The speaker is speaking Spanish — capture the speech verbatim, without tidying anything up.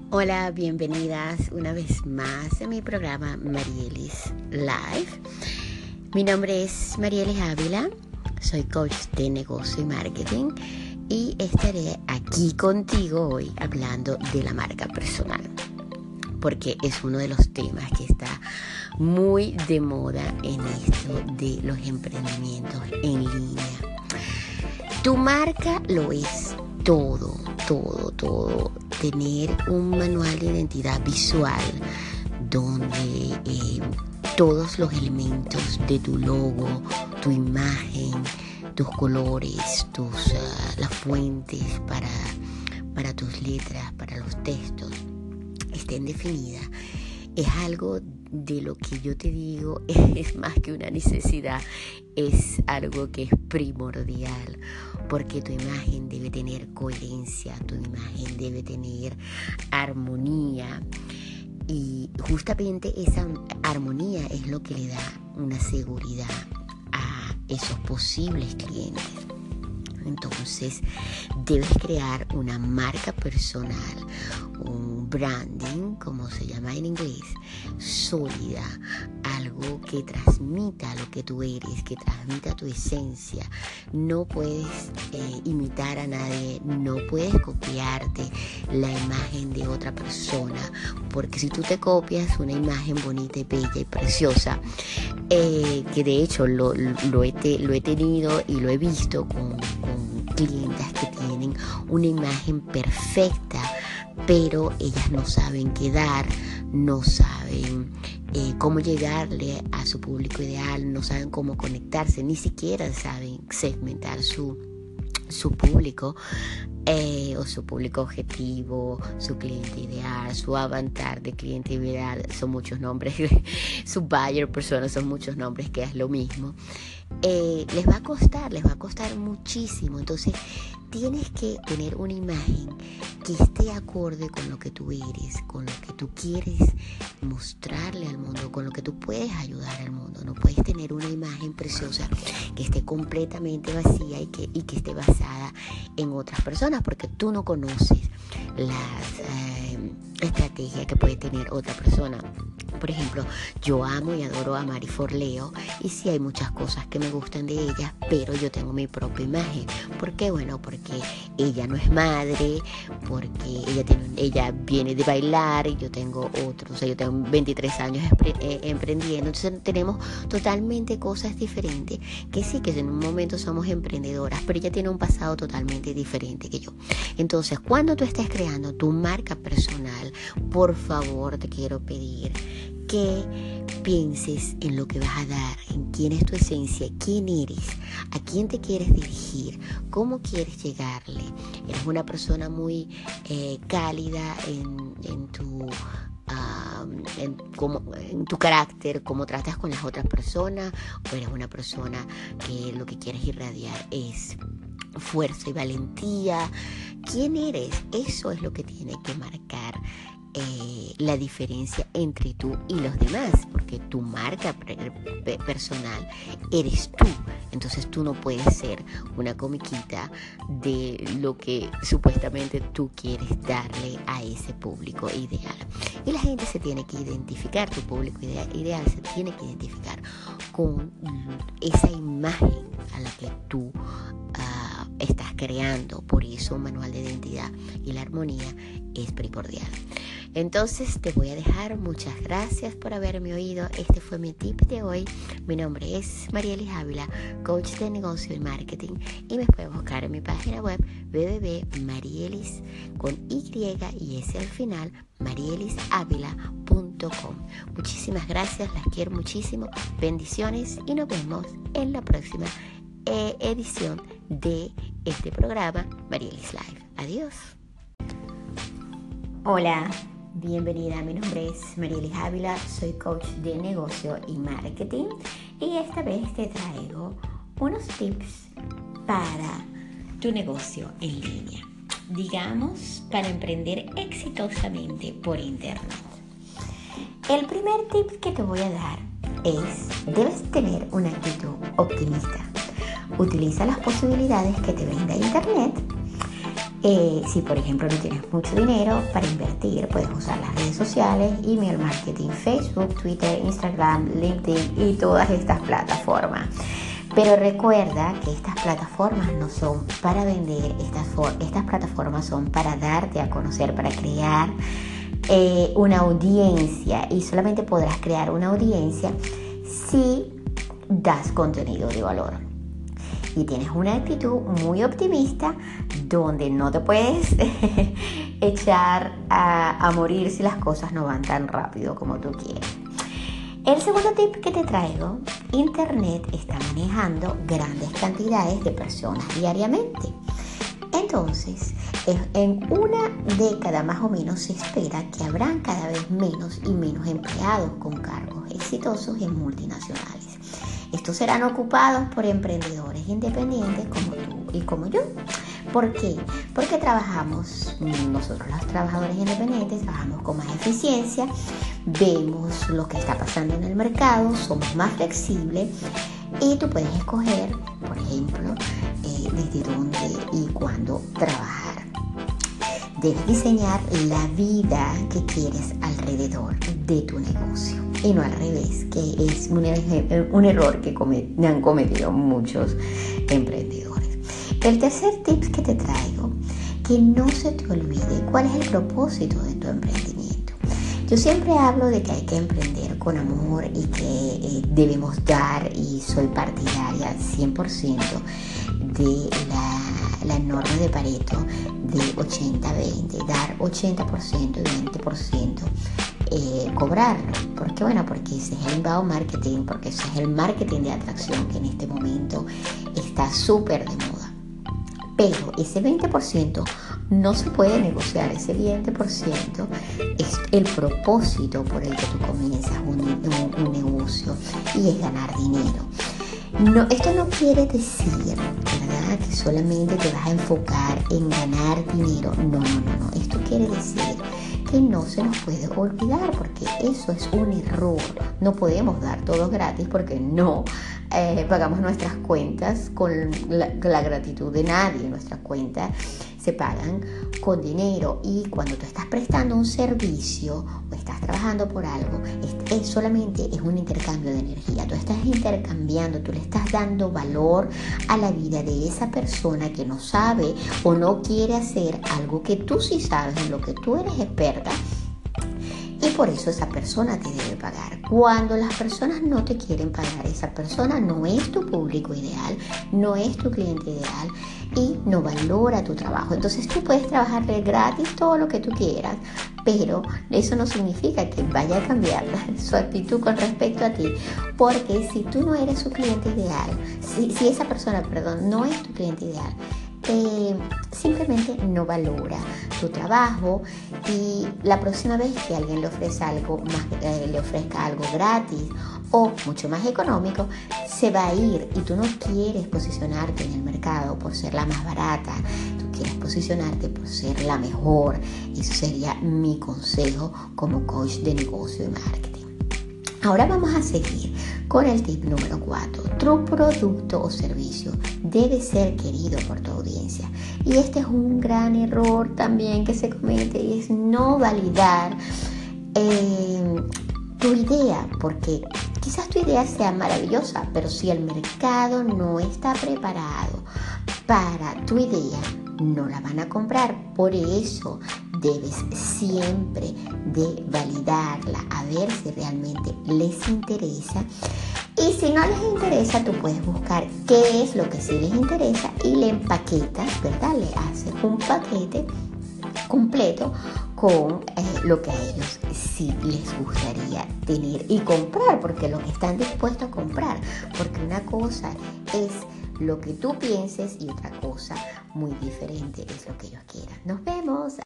Hola, bienvenidas una vez más a mi programa Marielis Live. Mi nombre es Marielis Ávila, soy coach de negocio y marketing y estaré aquí contigo hoy hablando de la marca personal, porque es uno de los temas que está muy de moda en esto de los emprendimientos en línea. Tu marca lo es todo, todo, todo. Tener un manual de identidad visual donde eh, todos los elementos de tu logo, tu imagen, tus colores, tus uh, las fuentes para, para tus letras, para los textos estén definidas. Es algo de lo que yo te digo, es más que una necesidad, es algo que es primordial, porque tu imagen debe tener coherencia, tu imagen debe tener armonía, y justamente esa armonía es lo que le da una seguridad a esos posibles clientes. Entonces, debes crear una marca personal, un branding, como se llama en inglés, sólida, algo que transmita lo que tú eres, que transmita tu esencia. No puedes eh, imitar a nadie, no puedes copiarte la imagen de otra persona, porque si tú te copias una imagen bonita y bella y preciosa, eh, que de hecho lo, lo, he, te, lo he tenido y lo he visto con, con clientes que tienen una imagen perfecta, pero ellas no saben qué dar, no saben eh, cómo llegarle a su público ideal, no saben cómo conectarse, ni siquiera saben segmentar su, su público eh, o su público objetivo, su cliente ideal, su avatar de cliente ideal. Son muchos nombres, su buyer persona, son muchos nombres, que es lo mismo. Eh, les va a costar, les va a costar muchísimo. Entonces tienes que tener una imagen que esté acorde con lo que tú eres, con lo que tú quieres mostrarle al mundo, con lo que tú puedes ayudar al mundo. No puedes tener una imagen preciosa que esté completamente vacía y que, y que esté basada en otras personas, porque tú no conoces las eh, estrategias que puede tener otra persona. Por ejemplo, yo amo y adoro a Mari Forleo, y sí hay muchas cosas que me gustan de ella, pero yo tengo mi propia imagen. ¿Por qué? Bueno, porque ella no es madre, porque ella tiene, ella viene de bailar y yo tengo otros, o sea, yo tengo veintitrés años empre, eh, emprendiendo, entonces tenemos totalmente cosas diferentes, que sí, que en un momento somos emprendedoras, pero ella tiene un pasado totalmente diferente que yo. Entonces, cuando tú estés creando tu marca personal, por favor, te quiero pedir que pienses en lo que vas a dar, en quién es tu esencia, quién eres, a quién te quieres dirigir, cómo quieres llegarle. Eres una persona muy eh, cálida en, en tu uh, en, como, en tu carácter, cómo tratas con las otras personas, o eres una persona que lo que quieres irradiar es fuerza y valentía. ¿Quién eres? Eso es lo que tiene que marcar Eh, la diferencia entre tú y los demás, porque tu marca pre- pe- personal eres tú. Entonces tú no puedes ser una comiquita de lo que supuestamente tú quieres darle a ese público ideal. Y la gente se tiene que identificar, tu público ideal, ideal se tiene que identificar con esa imagen a la que tú uh, estás creando. Por eso un manual de identidad y la armonía es primordial. Entonces te voy a dejar. Muchas gracias por haberme oído. Este fue mi tip de hoy. Mi nombre es Marielis Ávila, coach de negocio y marketing, y me puedes buscar en mi página web w w w punto marielis con y y s al final marielis avila punto com. Muchísimas gracias, las quiero muchísimo. Bendiciones y nos vemos en la próxima eh, edición de este programa Marielis Live. Adiós. Hola, bienvenida. Mi nombre es Marielis Ávila, soy coach de negocio y marketing, y esta vez te traigo unos tips para tu negocio en línea, digamos, para emprender exitosamente por internet. El primer tip que te voy a dar es: debes tener una actitud optimista. Utiliza las posibilidades que te brinda internet Eh, si por ejemplo no tienes mucho dinero para invertir, puedes usar las redes sociales, email marketing, Facebook, Twitter, Instagram, LinkedIn y todas estas plataformas. Pero recuerda que estas plataformas no son para vender, estas, for- estas plataformas son para darte a conocer, para crear eh, una audiencia, y solamente podrás crear una audiencia si das contenido de valor. Y tienes una actitud muy optimista donde no te puedes echar a, a morir si las cosas no van tan rápido como tú quieres. El segundo tip que te traigo: Internet está manejando grandes cantidades de personas diariamente. Entonces, en una década más o menos se espera que habrán cada vez menos y menos empleados con cargos exitosos en multinacionales. Estos serán ocupados por emprendedores independientes como tú y como yo. ¿Por qué? Porque trabajamos, nosotros los trabajadores independientes, trabajamos con más eficiencia, vemos lo que está pasando en el mercado, somos más flexibles y tú puedes escoger, por ejemplo, eh, desde dónde y cuándo trabajar. Debes diseñar la vida que quieres alrededor de tu negocio y no al revés, que es un, un error que come, han cometido muchos emprendedores. El tercer tip que te traigo: que no se te olvide cuál es el propósito de tu emprendimiento. Yo siempre hablo de que hay que emprender con amor y que eh, debemos dar, y soy partidaria cien por ciento de la, la norma de Pareto de ochenta veinte, dar ochenta por ciento y veinte por ciento eh, cobrarlo. ¿Por qué? Bueno, porque ese es el inbound marketing, porque ese es el marketing de atracción que en este momento está súper de moda. Pero ese veinte por ciento no se puede negociar. Ese veinte por ciento es el propósito por el que tú comienzas un, un, un negocio, y es ganar dinero. No, esto no quiere decir, ¿verdad?, que solamente te vas a enfocar en ganar dinero. No, no, no, no. Esto quiere decir que no se nos puede olvidar, porque eso es un error. No podemos dar todo gratis, porque no eh, pagamos nuestras cuentas con la, la gratitud de nadie. Nuestras cuentas se pagan con dinero, y cuando tú estás prestando un servicio o estás trabajando por algo, es, es solamente es un intercambio de energía. Tú estás intercambiando, tú le estás dando valor a la vida de esa persona que no sabe o no quiere hacer algo que tú sí sabes, en lo que tú eres experta, y por eso esa persona te debe pagar. Cuando las personas no te quieren pagar, esa persona no es tu público ideal, no es tu cliente ideal y no valora tu trabajo. Entonces tú puedes trabajarle gratis todo lo que tú quieras, pero eso no significa que vaya a cambiar su actitud con respecto a ti, porque si tú no eres su cliente ideal, si, si esa persona, perdón, no es tu cliente ideal, Eh, simplemente no valora tu trabajo, y la próxima vez que alguien le ofrece algo más, eh, le ofrezca algo gratis o mucho más económico, se va a ir, y tú no quieres posicionarte en el mercado por ser la más barata, tú quieres posicionarte por ser la mejor. Eso sería mi consejo como coach de negocio y marketing. Ahora vamos a seguir con el tip número cuatro. Tu producto o servicio debe ser querido por tu audiencia. Y este es un gran error también que se comete, y es no validar eh, tu idea, porque quizás tu idea sea maravillosa, pero si el mercado no está preparado para tu idea, no la van a comprar. Por eso debes siempre de validarla, a ver si realmente les interesa. Y si no les interesa, tú puedes buscar qué es lo que sí les interesa y le empaquetas, ¿verdad? Le haces un paquete completo con eh, lo que a ellos sí les gustaría tener y comprar, porque lo que están dispuestos a comprar, porque una cosa es lo que tú pienses y otra cosa muy diferente es lo que ellos quieran. Nos vemos.